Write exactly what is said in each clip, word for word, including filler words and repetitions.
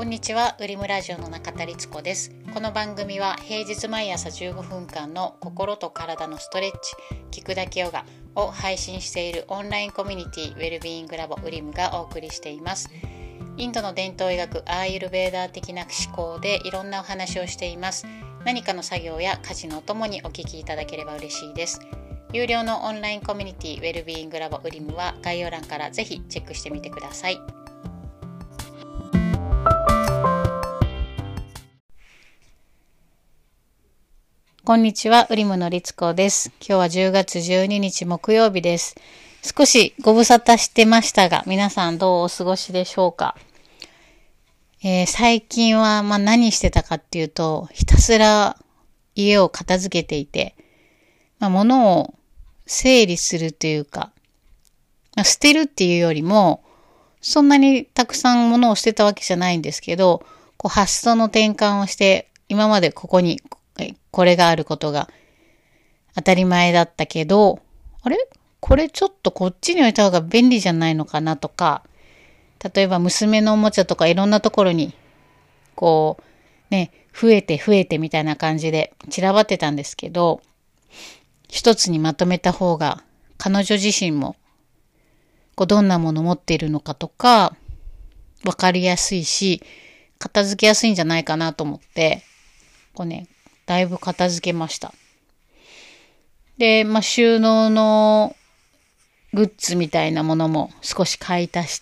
こんにちは、ウリムラジオの中田律子です。この番組は平日毎朝じゅうごふんかんの心と体のストレッチ、聞くだけヨガを配信しているオンラインコミュニティウェルビーイングラボウリムがお送りしています。インドの伝統医学アーユルヴェーダー的な思考でいろんなお話をしています。何かの作業や家事のお供にお聞きいただければ嬉しいです。有料のオンラインコミュニティウェルビーイングラボウリムは概要欄からぜひチェックしてみてください。こんにちは、ウリムの律子です。今日はじゅうがつじゅうににち木曜日です。少しご無沙汰してましたが、皆さんどうお過ごしでしょうか。えー、最近はまあ何してたかっていうと、ひたすら家を片付けていて、まあ、物を整理するというか、まあ、捨てるっていうよりも、そんなにたくさん物を捨てたわけじゃないんですけど、こう発想の転換をして、今までここにこれがあることが当たり前だったけど、あれこれちょっとこっちに置いた方が便利じゃないのかなとか、例えば娘のおもちゃとかいろんなところに、こう、ね、増えて増えてみたいな感じで散らばってたんですけど、一つにまとめた方が彼女自身もこうどんなものを持っているのかとかわかりやすいし、片付けやすいんじゃないかなと思って、こうね、だいぶ片付けました。で、まあ、収納のグッズみたいなものも少し買い足して、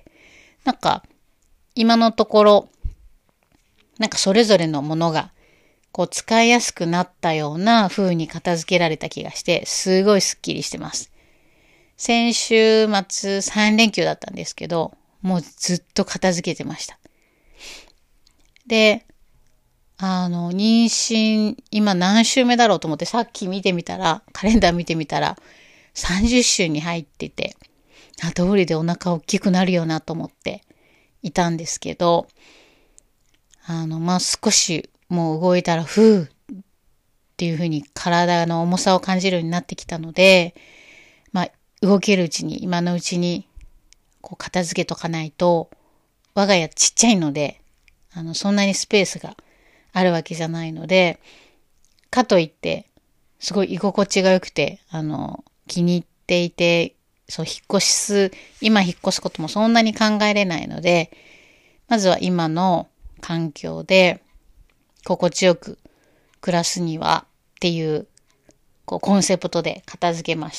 なんか今のところ、なんかそれぞれのものがこう使いやすくなったような風に片付けられた気がして、すごいスッキリしてます。先週末さんれんきゅうだったんですけど、もうずっと片付けてました。で、あの、妊娠、今何週目だろうと思ってさっき見てみたら、カレンダー見てみたら、さんじゅっしゅうに入ってて、あ、通りでお腹大きくなるよなと思っていたんですけど、あの、まあ、少しもう動いたら、ふーっていう風に体の重さを感じるようになってきたので、まあ、動けるうちに、今のうちに、こう片付けとかないと、我が家ちっちゃいので、あの、そんなにスペースがあるわけじゃないので、かといって、すごい居心地が良くて、あの、気に入っていて、そう、引っ越す、今引っ越すこともそんなに考えれないので、まずは今の環境で、心地よく暮らすにはっていう、こう、コンセプトで片付けました。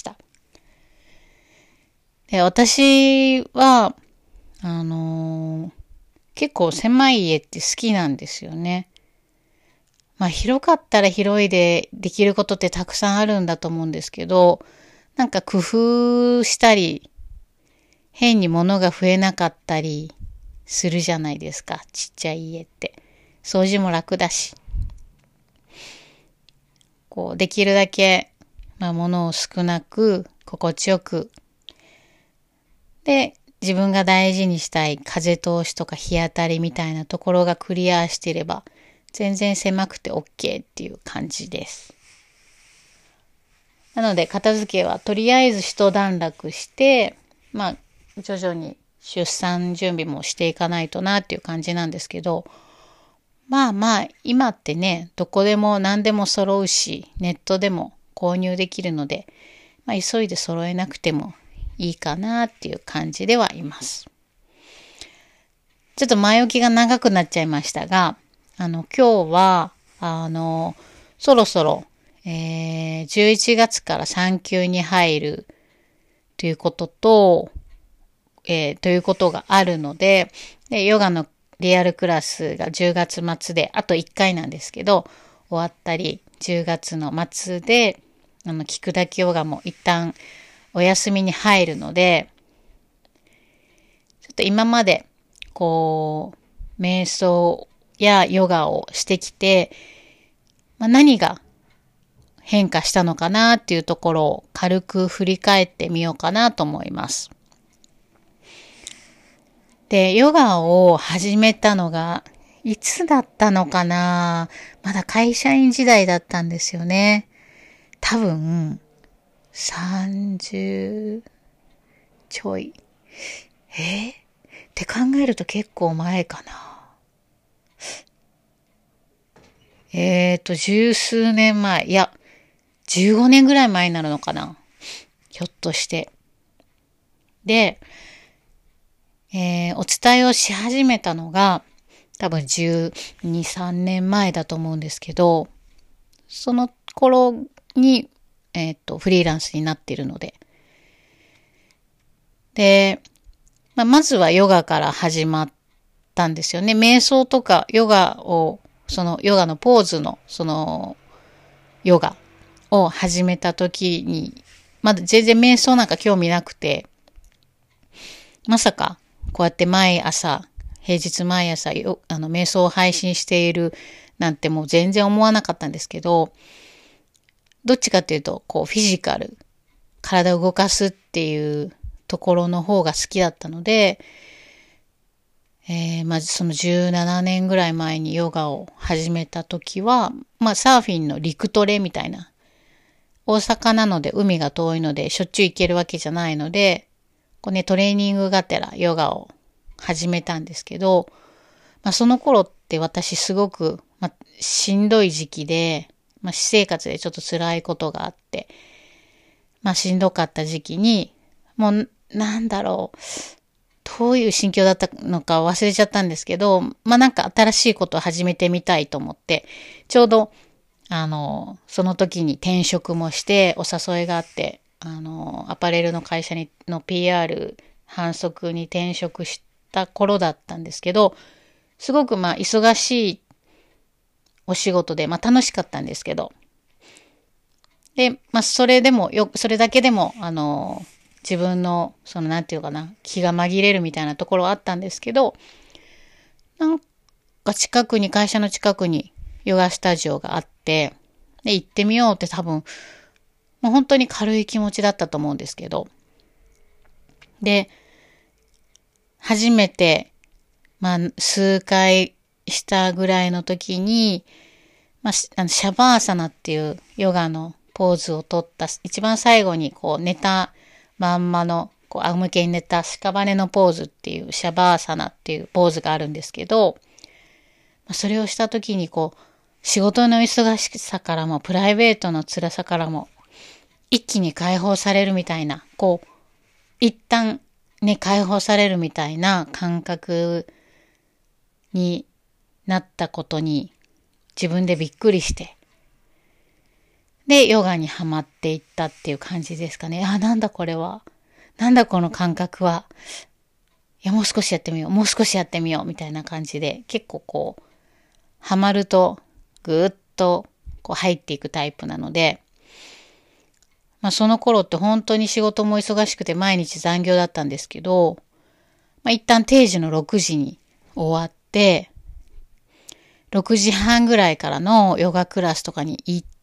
で、私は、あのー、結構狭い家って好きなんですよね。まあ広かったら広いでできることってたくさんあるんだと思うんですけど、なんか工夫したり、変に物が増えなかったりするじゃないですか。ちっちゃい家って。掃除も楽だし。こう、できるだけ、まあ物を少なく、心地よく。で、自分が大事にしたい風通しとか日当たりみたいなところがクリアしていれば、全然狭くて OK っていう感じです。なので片付けはとりあえず一段落して、まあ徐々に出産準備もしていかないとなっていう感じなんですけど、まあまあ今ってね、どこでも何でも揃うし、ネットでも購入できるので、まあ急いで揃えなくてもいいかなっていう感じではいます。ちょっと前置きが長くなっちゃいましたが、あの、今日は、あの、そろそろ、えー、じゅういちがつから産休に入るということと、えー、ということがあるので、で、ヨガのリアルクラスがじゅうがつまつで、あといっかいなんですけど、終わったり、じゅうがつの末で、あの、聞くだけヨガも一旦お休みに入るので、ちょっと今まで、こう、瞑想やヨガをしてきて、まあ、何が変化したのかなっていうところを軽く振り返ってみようかなと思います。で、ヨガを始めたのがいつだったのかな。まだ会社員時代だったんですよね。多分さんじゅうちょい。えー、って考えると結構前かな。 えっと、十数年前、いや、じゅうごねんぐらい前になるのかな。ひょっとして。で、えーお伝えをし始めたのが、多分じゅうに、さんねんまえだと思うんですけど、その頃に、えっと、フリーランスになっているので。で、まあ、まずはヨガから始まったんですよね。瞑想とかヨガを、そのヨガのポーズの、そのヨガを始めた時に、まだ全然瞑想なんか興味なくて、まさかこうやって毎朝、平日毎朝よあの瞑想を配信しているなんてもう全然思わなかったんですけど、どっちかっていうと、こうフィジカル、体を動かすっていうところの方が好きだったので、えー、まずそのじゅうななねんぐらい前にヨガを始めた時は、まあサーフィンの陸トレみたいな。大阪なので海が遠いのでしょっちゅう行けるわけじゃないので、こうね、トレーニングがてらヨガを始めたんですけど、まあその頃って私すごく、まあ、しんどい時期で、まあ私生活でちょっと辛いことがあって、まあしんどかった時期に、もうなんだろう、どういう心境だったのか忘れちゃったんですけど、まあなんか新しいことを始めてみたいと思って、ちょうど、あの、その時に転職もしてお誘いがあって、あの、アパレルの会社にの ピーアール 販促に転職した頃だったんですけど、すごくまあ忙しいお仕事で、まあ楽しかったんですけど、で、まあそれでもよ、それだけでも、あの、自分の、その、なんていうかな、気が紛れるみたいなところはあったんですけど、なんか近くに、会社の近くにヨガスタジオがあって、で、行ってみようって多分、もう本当に軽い気持ちだったと思うんですけど、で、初めて、まあ、数回したぐらいの時に、まあ、あのシャバーサナっていうヨガのポーズを取った、一番最後にこう寝たまんまの、こう仰向けに寝た屍のポーズっていうシャバーサナっていうポーズがあるんですけど、それをした時にこう、仕事の忙しさからもプライベートの辛さからも一気に解放されるみたいな、こう、一旦ね、解放されるみたいな感覚になったことに自分でびっくりして、で、ヨガにはまっていったっていう感じですかね。あ、なんだこれは。なんだこの感覚は。いや、もう少しやってみよう。もう少しやってみよう。みたいな感じで、結構こう、ハマると、ぐーっとこう入っていくタイプなので、まあその頃って本当に仕事も忙しくて毎日残業だったんですけど、まあ一旦定時のろくじに終わって、ろくじはんぐらいからのヨガクラスとかに行って、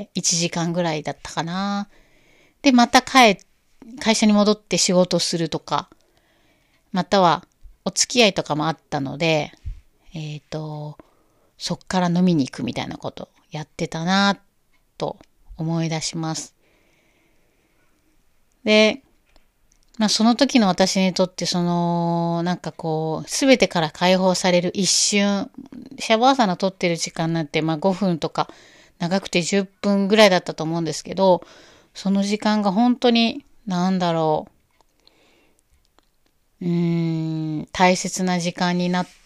いちじかんぐらいだったかな。で、また帰、会社に戻って仕事するとか、またはお付き合いとかもあったので、えっと、そっから飲みに行くみたいなことやってたなと思い出します。で、まあその時の私にとってその、なんかこう、すべてから解放される一瞬、シャワーサナ撮ってる時間なんてまあごふんとか長くてじゅっぷんぐらいだったと思うんですけど、その時間が本当に、なんだろう、うーん、大切な時間になって、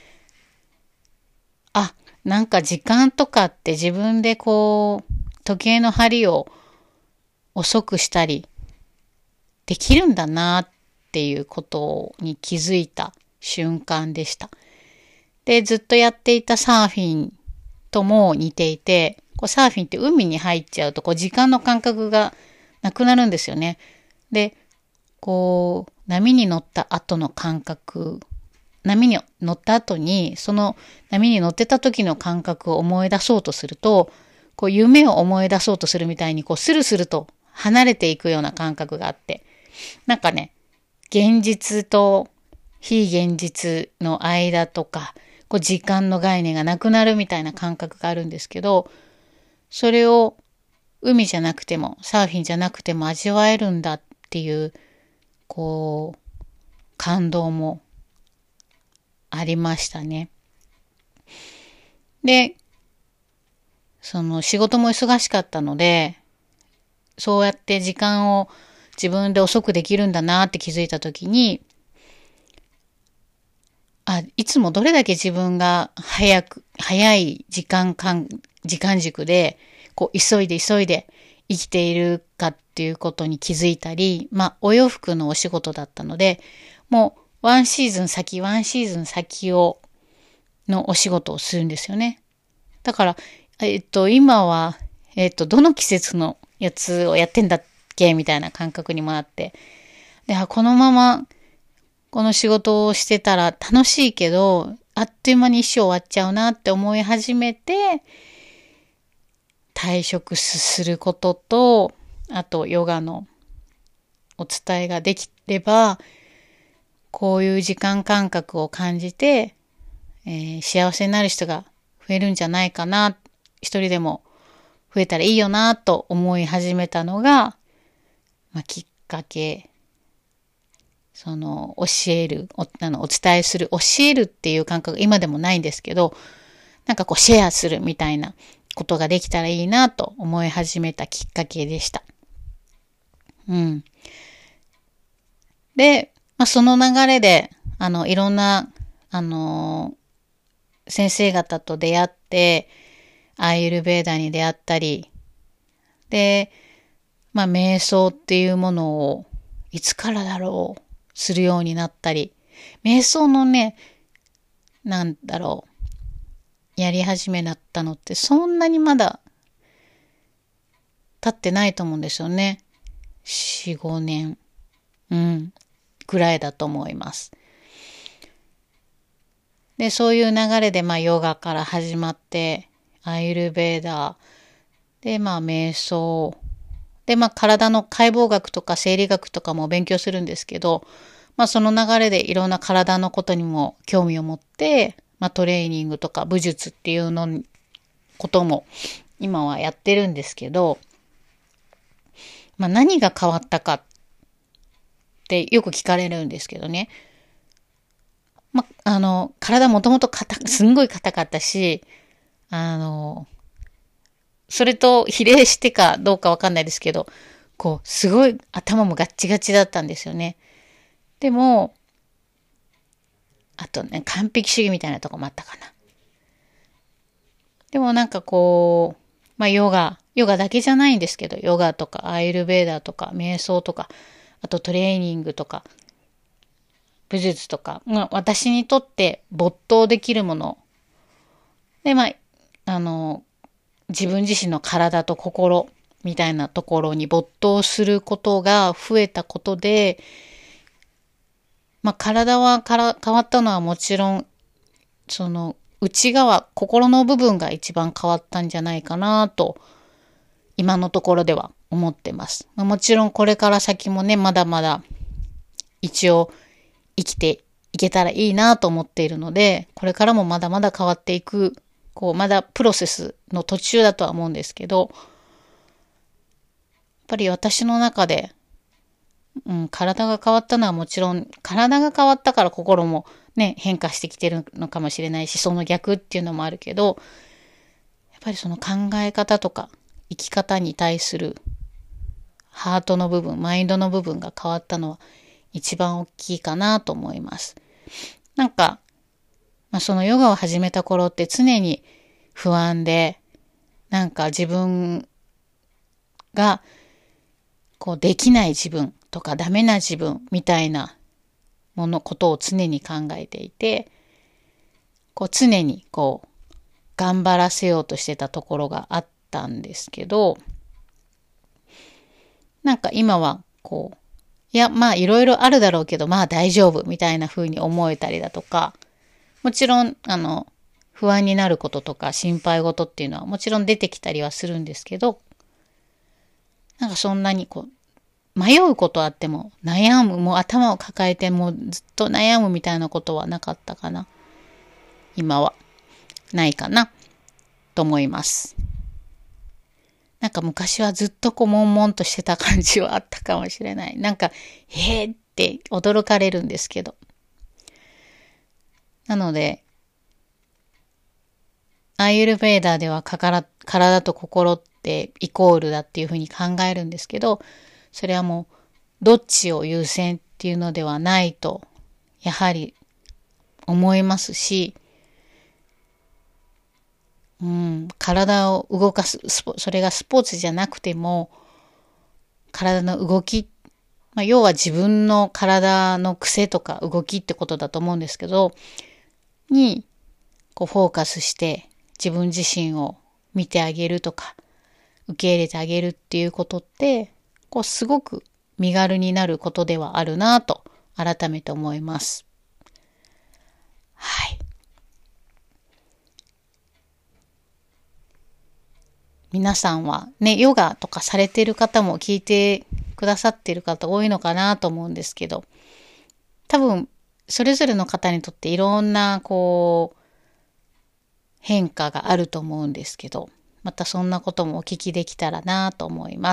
あ、なんか時間とかって自分でこう、時計の針を遅くしたりできるんだなっていうことに気づいた瞬間でした。で、ずっとやっていたサーフィンとも似ていて、こうサーフィンって海に入っちゃうとこう時間の感覚がなくなるんですよね。で、こう波に乗った後の感覚、波に乗った後にその波に乗ってた時の感覚を思い出そうとすると、こう夢を思い出そうとするみたいにこうスルスルと離れていくような感覚があって、なんかね、現実と非現実の間とか、こう時間の概念がなくなるみたいな感覚があるんですけど、それを海じゃなくても、サーフィンじゃなくても味わえるんだっていう、こう、感動もありましたね。で、 その仕事も忙しかったので、そうやって時間を自分で遅くできるんだなって気づいたときに、あ、いつもどれだけ自分が早く、早い時間間、時間軸で、こう、急いで急いで生きているかっていうことに気づいたり、まあ、お洋服のお仕事だったので、もう、ワンシーズン先、ワンシーズン先を、のお仕事をするんですよね。だから、えっと、今は、えっと、どの季節のやつをやってんだっけみたいな感覚にもなって。で、このまま、この仕事をしてたら楽しいけど、あっという間に一生終わっちゃうなって思い始めて、退職することと、あとヨガのお伝えができれば、こういう時間感覚を感じて、えー、幸せになる人が増えるんじゃないかな、一人でも増えたらいいよなと思い始めたのが、まあ、きっかけ。その教える お, あのお伝えする教えるっていう感覚が今でもないんですけど、なんかこうシェアするみたいなことができたらいいなと思い始めたきっかけでした。うん。で、まあ、その流れであのいろんなあの先生方と出会って、アーユルヴェーダに出会ったり、で、まあ瞑想っていうものをいつからだろうするようになったり、瞑想のね、なんだろう、やり始めだったのってそんなにまだ経ってないと思うんですよね。よん、ごねん、うん、ぐらいだと思います。で、そういう流れで、まあヨガから始まって、アーユルヴェーダで、まあ瞑想、で、まあ体の解剖学とか生理学とかも勉強するんですけど、まあその流れでいろんな体のことにも興味を持って、まあトレーニングとか武術っていうのことも今はやってるんですけど、まあ何が変わったかってよく聞かれるんですけどね。まあ、あの、体もともと硬、すんごい硬かったし、あの、それと比例してかどうかわかんないですけど、こう、すごい頭もガッチガチだったんですよね。でも、あとね、完璧主義みたいなとこもあったかな。でもなんかこう、まあヨガ、ヨガだけじゃないんですけど、ヨガとかアーユルヴェーダとか瞑想とか、あとトレーニングとか、武術とか、まあ私にとって没頭できるもの。で、まあ、あの、自分自身の体と心みたいなところに没頭することが増えたことで、まあ体はから変わったのはもちろん、その内側、心の部分が一番変わったんじゃないかなと、今のところでは思ってます。まあ、もちろんこれから先もね、まだまだ一応生きていけたらいいなと思っているので、これからもまだまだ変わっていく、こう、まだプロセスの途中だとは思うんですけど、やっぱり私の中で、うん、体が変わったのはもちろん、体が変わったから心もね、変化してきてるのかもしれないし、その逆っていうのもあるけど、やっぱりその考え方とか生き方に対するハートの部分、マインドの部分が変わったのは一番大きいかなと思います。なんか、まあ、そのヨガを始めた頃って常に不安で、なんか自分がこうできない自分とかダメな自分みたいなものことを常に考えていて、こう常にこう頑張らせようとしてたところがあったんですけど、なんか今はこう、いやまあいろいろあるだろうけどまあ大丈夫みたいな風に思えたりだとか、もちろんあの不安になることとか心配事っていうのはもちろん出てきたりはするんですけど、なんかそんなにこう迷うことあっても悩む、もう頭を抱えてもうずっと悩むみたいなことはなかったかな。今はないかなと思います。なんか昔はずっとこう悶々としてた感じはあったかもしれない。なんかへーって驚かれるんですけど。なのでアーユルヴェーダではかから体と心ってイコールだっていうふうに考えるんですけど、それはもうどっちを優先っていうのではないとやはり思いますし、うん、体を動かす、それがスポーツじゃなくても体の動き、まあ、要は自分の体の癖とか動きってことだと思うんですけど、にこうフォーカスして自分自身を見てあげるとか受け入れてあげるっていうことって、こうすごく身軽になることではあるなと改めて思います。はい。皆さんはね、ヨガとかされている方も聞いてくださっている方多いのかなと思うんですけど、多分それぞれの方にとっていろんなこう変化があると思うんですけど、またそんなこともお聞きできたらなと思います。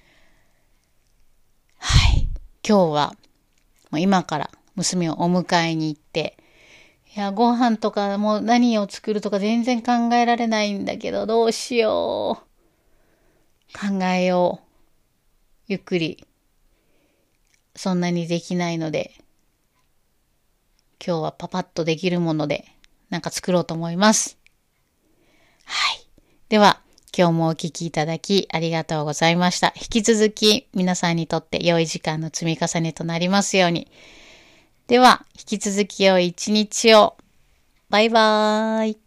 はい。今日はもう今から娘をお迎えに行って、いや、ご飯とかもう何を作るとか全然考えられないんだけど、どうしよう。考えよう。ゆっくり。そんなにできないので、今日はパパッとできるもので、なんか作ろうと思います。はい。では、今日もお聞きいただきありがとうございました。引き続き皆さんにとって良い時間の積み重ねとなりますように。では、引き続き良い一日を。バイバーイ。